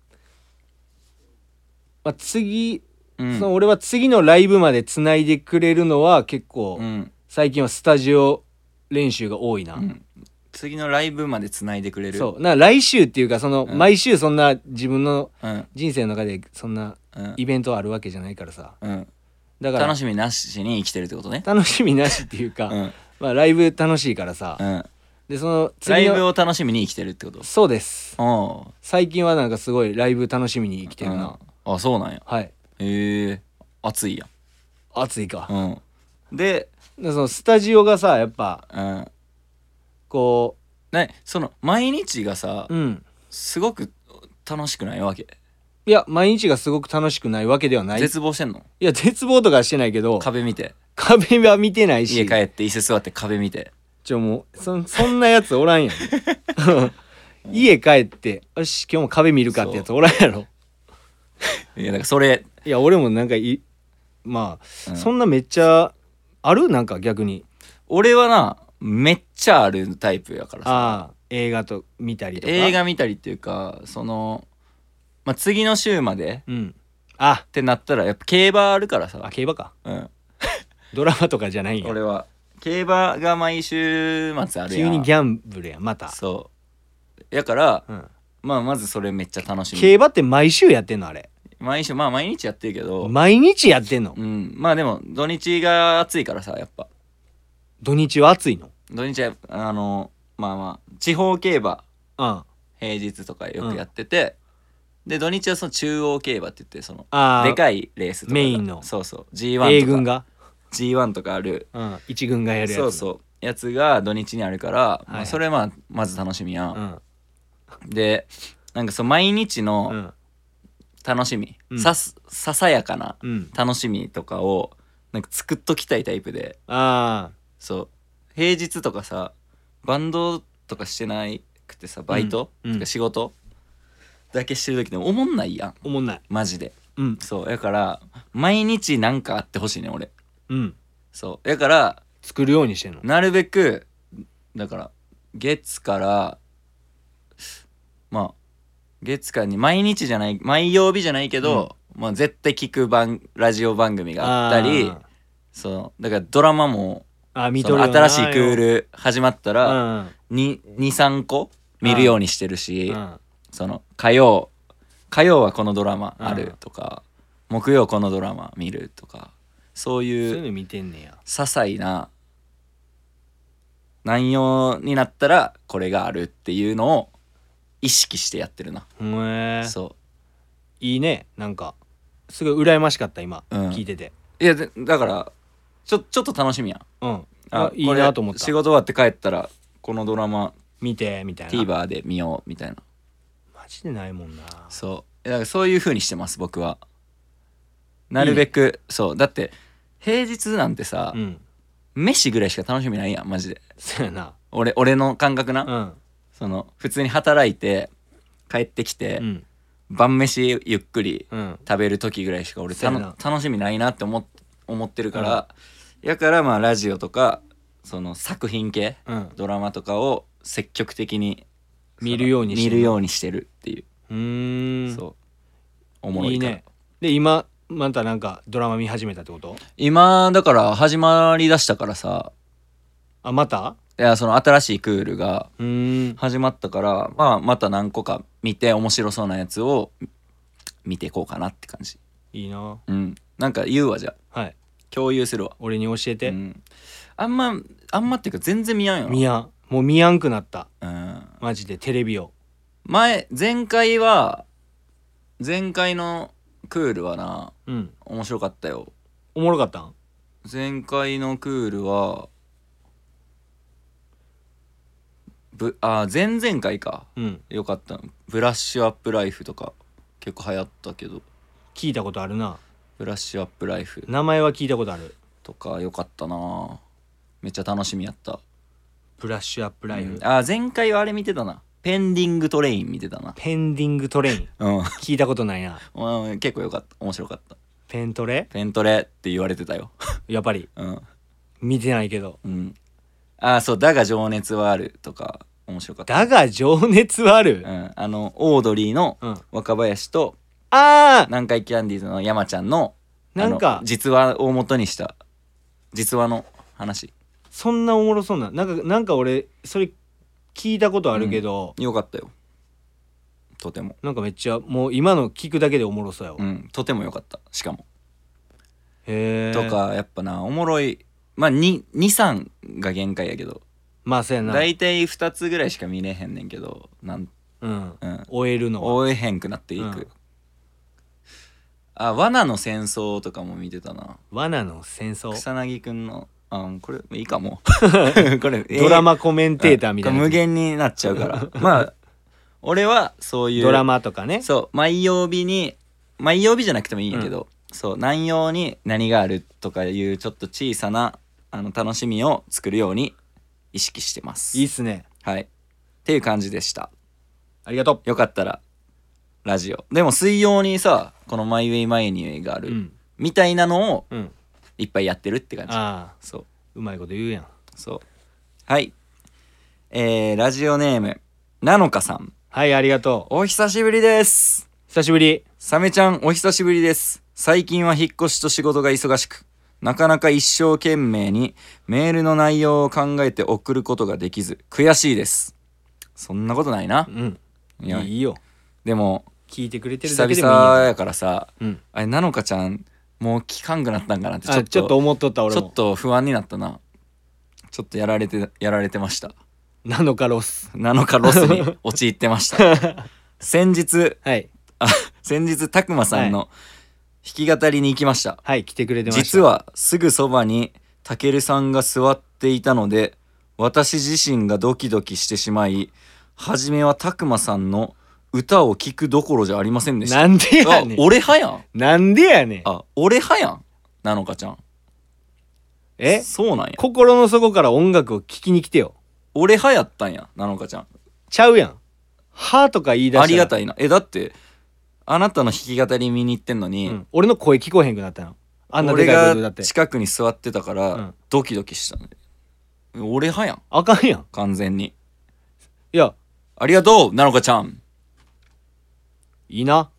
まあ、次、 うんその俺は次のライブまでつないでくれるのは結構、 うん最近はスタジオ練習が多いな。 うん次のライブまでつないでくれる。 そうな来週っていうかその、 うん毎週そんな自分のうん人生の中でそんなうんイベントあるわけじゃないからさ。 うんだから楽しみなしに生きてるってことね。 楽しみなしっていうか、 うんまあライブ楽しいからさ、 うんでそのライブ次のを楽しみに生きてるってこと？ そうですあ最近はなんかすごいライブ楽しみに生きてるな、 あ、あ、そうなんや。 はいへえ、暑いや暑いか、 ん。うん。で、 でそのスタジオがさやっぱうん。 こね、その毎日がさ、 ううんすごく楽しくないわけ。 いや毎日がすごく楽しくないわけではないい絶望してんの？ や絶望とかはしてないけど壁見て。 壁は見てないし家帰って椅子座って壁見て。 ちょもうそそんなやつおらんやん家帰ってよし今日も壁見るかってやつおらんやろいや、だからそれ、 いや俺もなんかいまあ、 うんそんなめっちゃあるなんか逆に俺はな、めっちゃあるタイプやからさ。 ああ映画と見たりとか映画見たりっていうか、その、まあ、次の週までうんあってなったら、やっぱ競馬あるからあさ。 競馬かうん。 ドラマとかじゃないんや俺は。競馬が毎週末あるやん。 急にギャンブルやんまたそう。やから、 うんまあまずそれめっちゃ楽しみ。 競馬って毎週やってんのあれ毎週、まあ毎日やってるけど、 毎日やってんのうん。まあでも土日が暑いからさ、やっぱ。 土日は暑いの土日は、あの、まあまあ、地方競馬、 うん平日とかよくやってて、で、土日はその中央競馬って言って、その、 ああでかいレースとかがメインのそうそう。ジーワン とか。 A 軍がジーワン とかある。 うん一軍がやるやつそうそう。やつが土日にあるから、まあ、 はいそれまあ、まず楽しみや。 うんで、なんかそう、毎日うのん楽しみ、 うんさす、ささやかなうん楽しみとかを、なんか作っときたいタイプで、 あそう。平日とかさ、バンドとかしてないくてさ、バイト、 うんうんとか仕事だけしてる時でもおもんないやん。 あおもんないマジで。 うんそう。だから、毎日なんかあってほしいね、俺。 うんそう。だから、 作るようにしてんのなるべく、だから、月から、まあ、月間に毎日じゃない、毎曜日じゃないけど、まあ絶対聞く番、ラジオ番組があったり、 あそう、だからドラマも、 あ見そとるよなの新しいクール始まったら、 うんに、に、さんこ見るようにしてるし、 うんその、火曜、火曜はこのドラマあるとか、木曜このドラマ見るとか、そうそういういうの見てんねや些細な内容になったらこれがあるっていうのを意識してやってるな。 へえそいいねなんかすごい羨ましかった今、 うん聞いててう。いやでだからちょちょっと楽しみやん。 うんあいいこれなと思った仕事終わって帰ったらこのドラマ見てみたいな TVer で見ようみたいな。 マジでないもんなそう。だからそういう風にしてます僕は。なるべくそうだって平日なんてさ、 うん飯ぐらいしか楽しみないやんマジで。 そうやな俺俺の感覚な。 うんその普通に働いて帰ってきて、 うん晩飯ゆっくりうん食べる時ぐらいしか俺たのそうやな楽しみないなって思っ思ってるから、やからまあラジオとかその作品系うんドラマとかを積極的に見るようにして見るようにしてるっていう、 うーんそうおもろいから。 いいねで今またなんかドラマ見始めたってこと今だから始まりだしたからさ、 あまたいやその新しいクールがうーん始まったから、まあまた何個か見て面白そうなやつを見ていこうかなって感じ。 いいなうん。なんか言うわじゃあはい共有するわ。 俺に教えて、 うん。あんまあんまっていうか全然見やんよな。 見やんもう見やんくなったうん。 マジでテレビを前前回は前回のクールはなうん面白かったよ。 おもろかったん前回のクールはぶあ前々回かうんよかったのブラッシュアップライフとか結構流行ったけど、 聞いたことあるなブラッシュアップライフ名前は聞いたことあるとかよかったな。めっちゃ楽しみやった。 ブラッシュアップライフ、 うんあ前回はあれ見てたな。ペンディングトレイン見てたな。 ペンディングトレインうん聞いたことないなうん結構よかった面白かった。 ペントレペントレって言われてたよ。 やっぱりうん見てないけどうんあそうだが情熱はあるとか面白かった。 だが情熱はあるうんあのオードリーのうん若林とあー南海キャンディーズの山ちゃんのなんかあの実話を元にした実話の話。 そんなおもろそうななんかなんか俺それ聞いたことあるけど、 よかったよとても。 なんかめっちゃもう今の聞くだけでおもろそうやわ、 うんとてもよかったしかも。 へえとかやっぱなおもろいまあににさんが限界やけどまあそうやな。 大体ふたつぐらいしか見れへんねんけどなんうんうん終えるのは追えへんくなっていく、 うん、 あ罠の戦争とかも見てたな。 罠の戦争草薙くんのあこれいいかもこれドラマコメンテーターみたいな、 無限になっちゃうからまあ俺はそういうドラマとかね。 そう毎曜日に毎曜日じゃなくてもいいんやけど、うん、そう何曜に何があるとかいうちょっと小さなあの楽しみを作るように意識してます。 いいっすね。 はいっていう感じでした。 ありがとう。 よかったらラジオでも水曜にさこのマイウェイマイニューがある、うん、みたいなのをいっぱいやってるって感じ。 ああそううまいこと言うやん。 そうはいえー、ラジオネームなのかさん。 はいありがとう。 お久しぶりです。 久しぶり。 サメちゃんお久しぶりです。最近は引っ越しと仕事が忙しくなかなか一生懸命にメールの内容を考えて送ることができず悔しいです。そんなことないな。 うんいやいいよ。 でも聞いてくれてるだけでもいい久々やからさ、 うん、 あれなのかちゃんもう聞かんくなったんかなってちょっとちょっと思っとった俺も。 ちょっと不安になったな。ちょっとやられてやられてました。 なのかロスなのかロスに陥ってました先日はいあ先日たくまさんの弾き語りに行きました。 はい、はい、来てくれてました。 実はすぐそばにたけるさんが座っていたので私自身がドキドキしてしまい初めはたくまさんの歌を聴くどころじゃありませんでした。 なんでやねん。 俺派やん。 なんでやねん。 あ俺派やんなのかちゃん。 えそうなんや。 心の底から音楽を聴きに来てよ。 俺派やったんやなのかちゃん。 ちゃうやん。はとか言い出したらありがたいな。えだってあなたの弾き語り見に行ってんのに、 うん、俺の声聞こえへんくなったの。あんなでかい声でだって。 俺が近くに座ってたから、うん、ドキドキしたね。俺派やん。 あかんやん完全に。 いやありがとうなのかちゃん。 いいな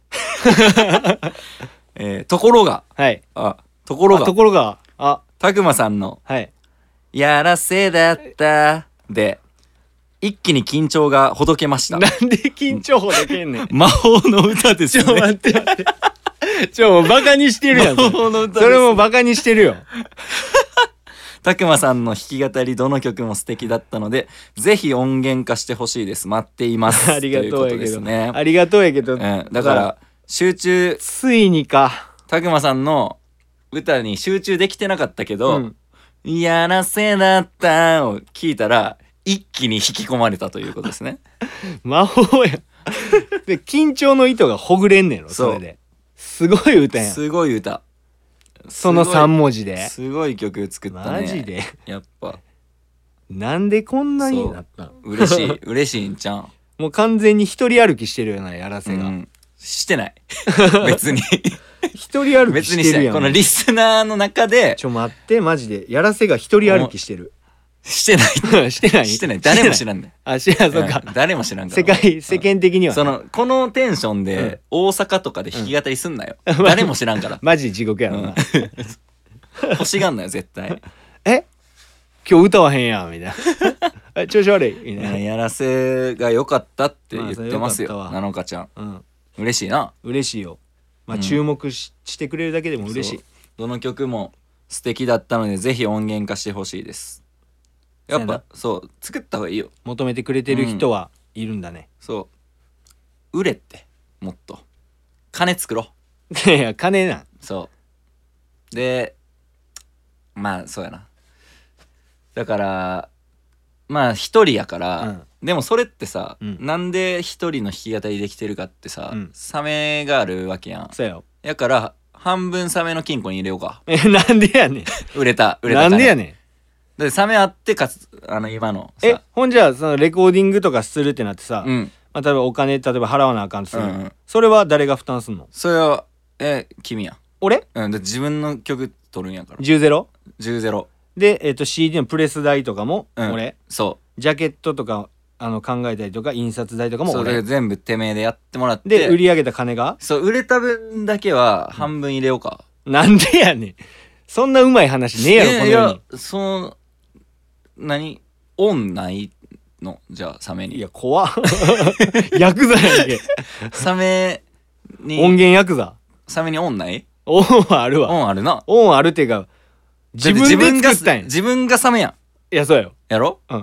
えー、ところがはいあところがところがあたくまさんのはいやらせだったで一気に緊張がほどけました。 なんで緊張ほどけんねん魔法の歌ですね。 ちょ待って待ってちょもうバカにしてるやん。 魔法の歌です。 それもバカにしてるよたくまさんの弾き語りどの曲も素敵だったのでぜひ音源化してほしいです。待っていますありがとうやけど、 ね、 ありがとうやけど、うん、 だから集中ついにかたくまさんの歌に集中できてなかったけど、うん、やらせだったを聞いたら一気に引き込まれたということですね魔法やで緊張の糸がほぐれんねんの。それですごい歌やん。 すごい歌。 そのさん文字ですごい曲作ったね。 マジでやっぱなんでこんなになったの。 嬉しい嬉しいんちゃん。 もう完全に一人歩きしてるようなやらせが、うん、 してない別に一人歩きしてるやん。 このリスナーの中でちょ待ってマジでやらせが一人歩きしてる。 してないしてないしてない誰も知らんねん。 あ知らんそうか、 うん、誰も知らんから世界世間的には、 そのこのテンションで大阪とかで弾き語りすんなよ、うん、誰も知らんからマジ地獄やろな、 うん、欲しがんなよ絶対え今日歌わへんやんみたいな調子悪いみたいな。 やらせが良かったって言ってますよ、まあ、なのかちゃん、うん、嬉しいな。 嬉しいよ。まあ、注目 し,、うん、してくれるだけでも嬉しい。 どの曲も素敵だったのでぜひ音源化してほしいです。やっぱそう作った方がいいよ。 求めてくれてる人はいるんだね、 うん、そう売れってもっと金作ろういや金な。 そうでまあそうやな。だからまあ一人やから、うん、でもそれってさ、うん、なんで一人の弾き語りできてるかってさ、うん、サメがあるわけやん。 そうよ。 やから半分サメの金庫に入れようか。 えなんでやねん売れた売れた金。 なんでやねん。 でサメあってかつあの今のさえほんじゃそのレコーディングとかするってなってさ、うんまあ、例えばお金例えば払わなあかんとする、うんうん、それは誰が負担すんの。 それはえ君や。 俺うんで自分の曲取るんやからじゅうゼロじゅうゼロで、えー、と シーディー のプレス代とかも俺、うん、 そうジャケットとかあの考えたりとか印刷代とかも俺そう全部てめえでやってもらってで売り上げた金がそう売れた分だけは半分入れようか、 うん、なんでやねんそんなうまい話ねえやろこの世に。いやその何オンないのじゃあサメに。 いや怖っヤクザやんけサメに音源ヤクザサメにオンない。 オンはあるわ。 オンあるな。 オンあるっていうか自分で作ったんや。 自分がサメやん。 いやそうよやろ。 うん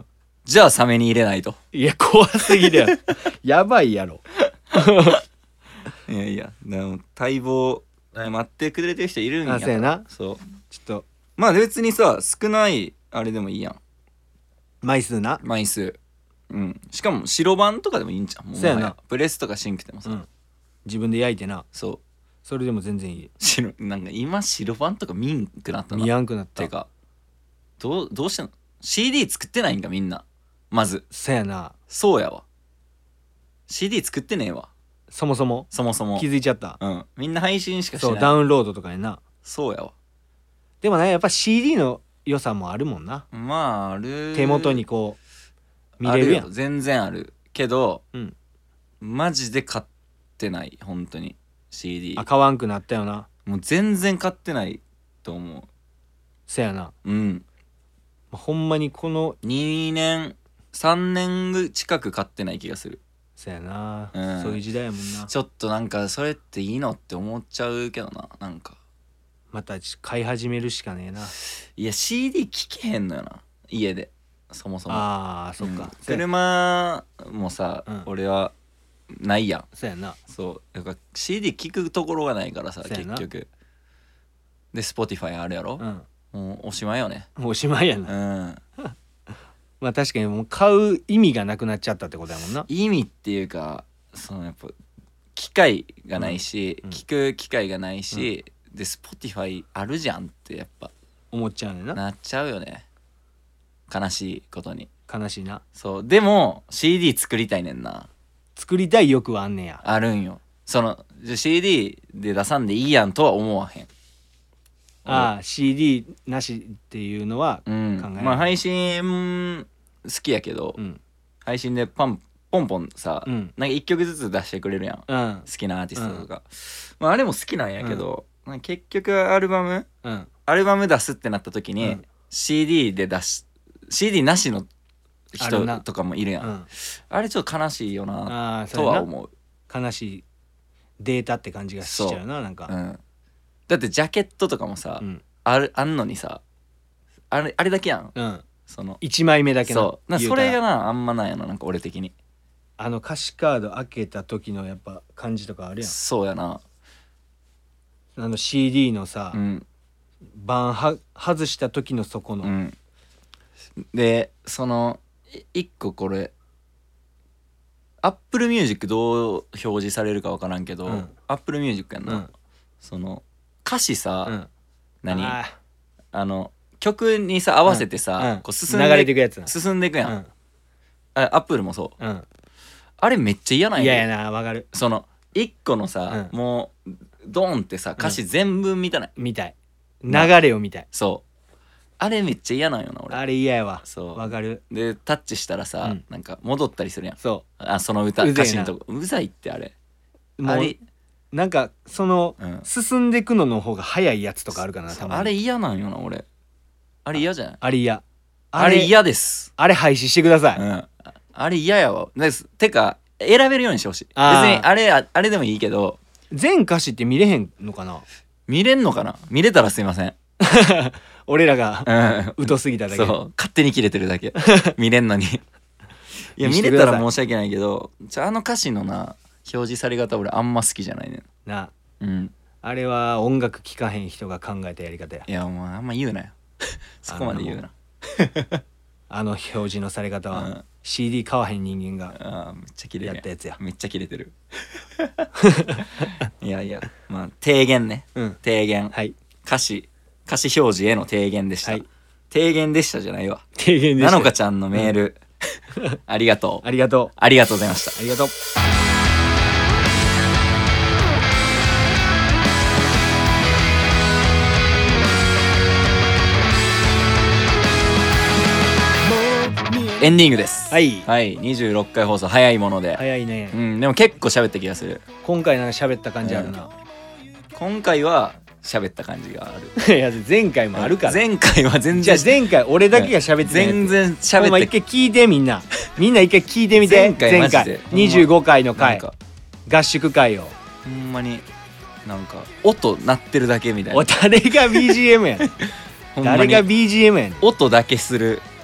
じゃあサメに入れないと。 いや怖すぎるやろやばいやろいやいやでも待望待ってくれてる人いるんやあそうやな。 そうちょっとまあ別にさ少ないあれでもいいやん枚数な。 枚数。うんしかも白番とかでもいいんじゃんもうそうやなもはプレスとかしんくてもさ、 うん自分で焼いてな。 そうそれでも全然いい。 白なんか今白番とか見んくなったな。 見やんくなったてかどうどうしたの シーディー 作ってないんかみんなまず。 そやな。 そうやわ シーディー 作ってねえわそもそもそもそも気づいちゃった。 うんみんな配信しかしそうない。 ダウンロードとかにな。 そうやわ。 でもねやっぱ シーディー の良さもあるもんな。 まあある手元にこう見れるやん。 あよ全然あるけど、 うんマジで買ってない本当に シーディーあ買わんくなったよな。 もう全然買ってないと思そやな。 う。うんほんまにこのにねんさんねん近く買ってない気がする。 そやな、 うんそういう時代やもんな。 ちょっとなんかそれっていいのって思っちゃうけどな。なんかまた買い始めるしかねえな。 いや シーディー 聴けへんのよな家でそもそも。 あーそっか、 うん車もさ、 うん俺はないやん。 そやな。 そうだから シーディー 聴くところがないからさそうやな結局で Spotify あるやろ、 うんもうおしまいよね。 もうおしまいやうな。 んまあ確かにもう買う意味がなくなっちゃったってことやもんな。 意味っていうかそのやっぱ機会がないし、 うん聞く機会がないし、で Spotify あるじゃんってやっぱ思っちゃうねんな。 なっちゃうよね悲しいことに。 悲しいな。 そうでも シーディー 作りたいねんな。 作りたい欲はあんねや。 あるんよ。そのじゃ シーディー で出さんでいいやんとは思わへん。 ああ シーディー なしっていうのは考うんえない。 まあ配信好きやけど、 うん配信でパンポンポンさ、 うんなんかいっきょくずつ出してくれるやんうん好きなアーティストとか、まああれも好きなんやけど、なんか結局アルバムうんアルバム出すってなった時に、 うんシーディー で出し シーディー なしのあるな人とかもいるやん、 うんあれちょっと悲しいよなああそうやな。 とは思う。 悲しいデータって感じがしちゃうな。なんかうん、だってジャケットとかもさ、 うんあるあんのにさあれあれだけやんうんそのいちまいめだけのそうな言たらそうれがなあんまないやななんか俺的に。 あの歌詞カード開けた時のやっぱ感じとかあるやん。 そうやな。 あの シーディー のさ、 うん版は外した時のそこの、 うんでそのい一個これ Apple Music どう表示されるか分からんけど、 うん Apple Music やんな、 うんその歌詞さ、 うん何ああの曲にさ合わせてさ、 うんこう進んで流れていくやつな。 進んでいくやん、 うんあ Apple もそううんあれめっちゃ嫌なん嫌ややなわかる。 その一個のさ、 うんもうドーンってさ歌詞全部見たない、 見たい流なれを見たい。 そうあれめっちゃ嫌なんよな俺。 あれ嫌やわ。 そうわかる。 でタッチしたらさ、 うんなんか戻ったりするやんそあその歌うぜえな歌詞のとこうざいってあれうもうあれなんかその、 うん進んでいくのの方が早いやつとかあるかなたまに。 あれ嫌なんよな俺あれ嫌じゃないあれ嫌。 あれ嫌ですあれ廃止してください。 うんあれ嫌やわですてか選べるようにしてほしい。別あーにあれああれでもいいけど全歌詞って見れへんのかな。 見れんのかな見れたらすいません俺らがうん疎すぎただけで。 そう勝手に切れてるだけ見れんのにいや見れ見してくださいたら申し訳ないけどじゃああの歌詞のな表示され方俺あんま好きじゃないねなうんあれは音楽聴かへん人が考えたやり方や。 いやもうあんま言うなよそこまで言うなあの表示のされ方は、 うんシーディー 買わへん人間があーめっちゃ切れるやったやつや。 めっちゃ切れてるいやいやまあ提言ねうん提言はい歌詞歌詞表示への提言でした、 はい提言でしたじゃないわ提言でした。 なのかちゃんのメール、ありがとうありがとうありがとうございましたありがとう。 エンディングですはいはいにじゅうろっかい放送早いもので、 早いね、 うんでも結構喋った気がする今回なんか喋った感じあるな、 今回は喋った感じがあるいや前回もあるから。 前回は全じゃあ然前回俺だけが喋ってないやつ全然ほん喋ってま一回聞いてみんなみんな一回聞いてみて。 前回マジでにじゅうごかいの回なんか合宿会を。 ほんまになんか音鳴ってるだけみたいおな誰が ビージーエム やねんほんまに誰が ビージーエム やねん。 音だけする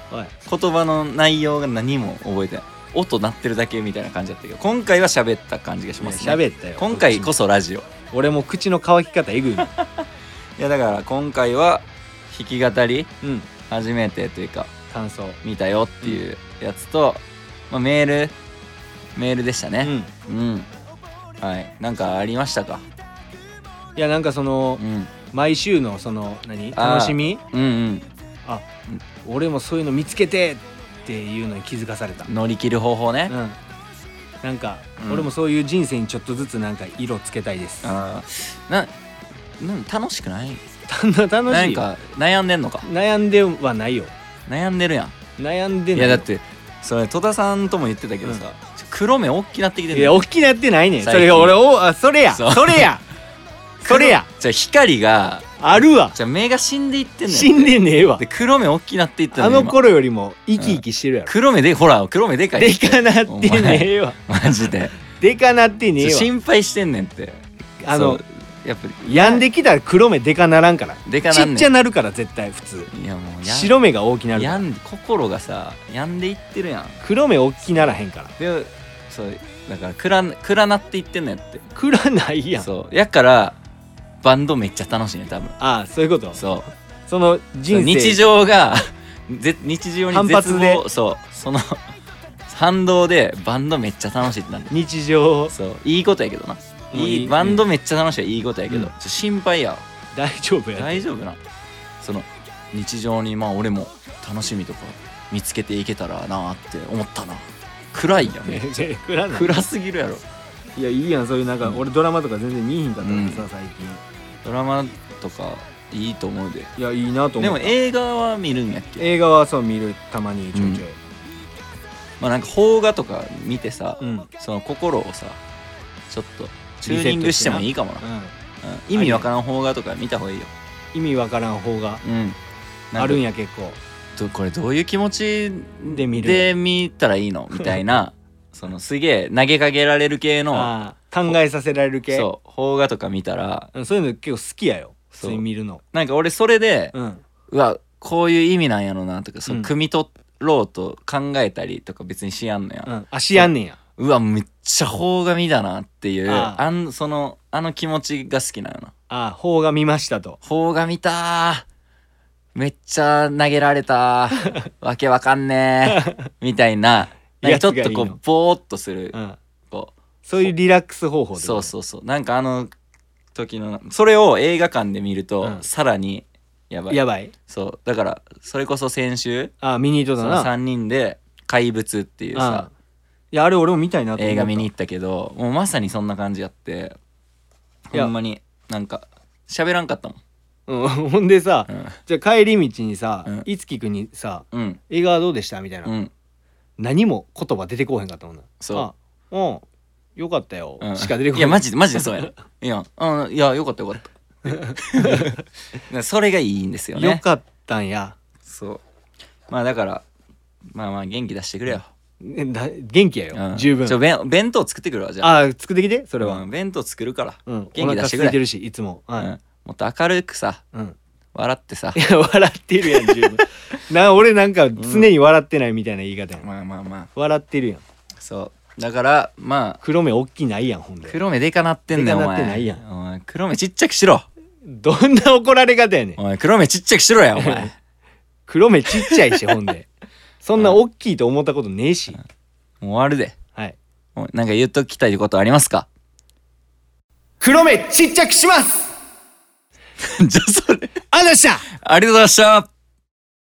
おい言葉の内容が何も覚えてない。音鳴ってるだけみたいな感じだったけど、今回は喋った感じがしますね。 喋ったよ今回こそラジオ。 俺も口の乾き方えぐいもんいやだから今回は弾き語りうん初めてというか感想見たよっていうやつと、まあ、メールメールでしたうね。 んうん、はい、なんかありましたか？ いやなんかそのうん毎週のその何あー楽しみうん俺もそういうの見つけてっていうのに気づかされたうん乗り切る方法ね。 うんなんか、 うん俺もそういう人生にちょっとずつなんか色つけたいですあーなな楽しくない？ 楽しいなんか悩んでんのか？ 悩んではないよ悩んでるやん。 悩んでないいやだってそれ戸田さんとも言ってたけどさ、黒目大きなってきてるいや大きなってないねんそ最近れが俺おあそれやそうそれやそれやじゃあ光があるわじゃあ目が死んでいってんねん。 死んでねえわで黒目大きなっていってんあのの頃よりも生き生きしてるやろ黒目でほら黒目でかいでかなってねえわマジででかなってねえわ心配してんねんって。 あのそうやっぱり病んできたら黒目でかならんからでかなんねんちっちゃなるから絶対普通いやもうや白目が大きなるからやん心がさ病んでいってるやん。 黒目大きならへんからでそうだから暗暗なっていってんねんって。 暗ないやんそうやからバンドめっちゃ楽しいね多分。 ああそういうことそうその人生日常がぜ日常に反絶発で望そうその反動でバンドめっちゃ楽しいってなる。 日常そういいことやけどな。 もういいいいバンドめっちゃ楽しいはいいことやけど、 うんちょっと心配やわ。 大丈夫や大丈夫なその日常にまあ俺も楽しみとか見つけていけたらなって思ったな。暗いやんめっちゃ暗ない暗すぎるやろ。 いやいいやんそういうなんか、 うん俺ドラマとか全然見えへんかったからさ、 うん最近ドラマとかいいと思うで。 いやいいなと思ったでも映画は見るんやっけ？ 映画はそう見るたまにちょいちょいまあなんか邦画とか見てさ、 うん、うんその心をさちょっとチューニングしてもいいかもな。うん意味わからん邦画とか見た方がいいよ。 意味わからん方がうんあるんやや結構これどういう気持ちで見るで見たらいいのみたいなそのすげえ投げかけられる系のあー考えさせられる系そう邦画とか見たらうんそういうの結構好きやよ普そう通に見るのなんか俺それで、 うんうわこういう意味なんやろなとかそう、 うん汲み取ろうと考えたりとか別にしやんのや、 うん足やんねんやうわめっちゃ邦画見だなっていうあああんそのあの気持ちが好きなのな。 ああ邦画見ましたと邦画見たーめっちゃ投げられたーわけわかんねーみたいななんかちょっとこやつがいいうのぼーっとするうんこそういうリラックス方法うでそうそうそうなんかあの時のそれを映画館で見ると、 うんさらにやばいやばいそうだからそれこそ先週ああ見に行っとそのったなさんにんで「怪物」っていうさあいやあれ俺も見たいなと思った映画見に行ったけどもうまさにそんな感じやっていやほんまになんか喋らんかったもん。 うんほんでさうんじゃあ帰り道にさうんいつきくんにさうん映画はどうでしたみたいなうん何も言葉出てこうへんかったもんなそうあうんよかったようんしか出てこないいやマジでマジでそうやいやうんいやよかったよかったそれがいいんですよね。 よかったんやそうまあだからまあまあ元気出してくれよ。 えだ元気やうんよ十分ちょ弁弁当作ってくるわじゃあ。 あ作ってきてそれはうん弁当作るから、 うん元気出してくれお腹空いてるしいつもはいうんもっと明るくさうん笑ってさいや笑ってるやん十分な俺なんか常に笑ってないみたいな言い方やんまあまあまあ笑ってるやんそうだからまあ黒目大きないやんほんで黒目でかなってんだよおでかなって前ないやんお前黒目ちっちゃくしろどんな怒られ方やねんお前黒目ちっちゃくしろやお前黒目ちっちゃいしほんでそんな大きいと思ったことねえしもう終わるではいもうなんか言っときたいことありますか黒目ちっちゃくしますじゃあそれありがとうございましたありがとうございました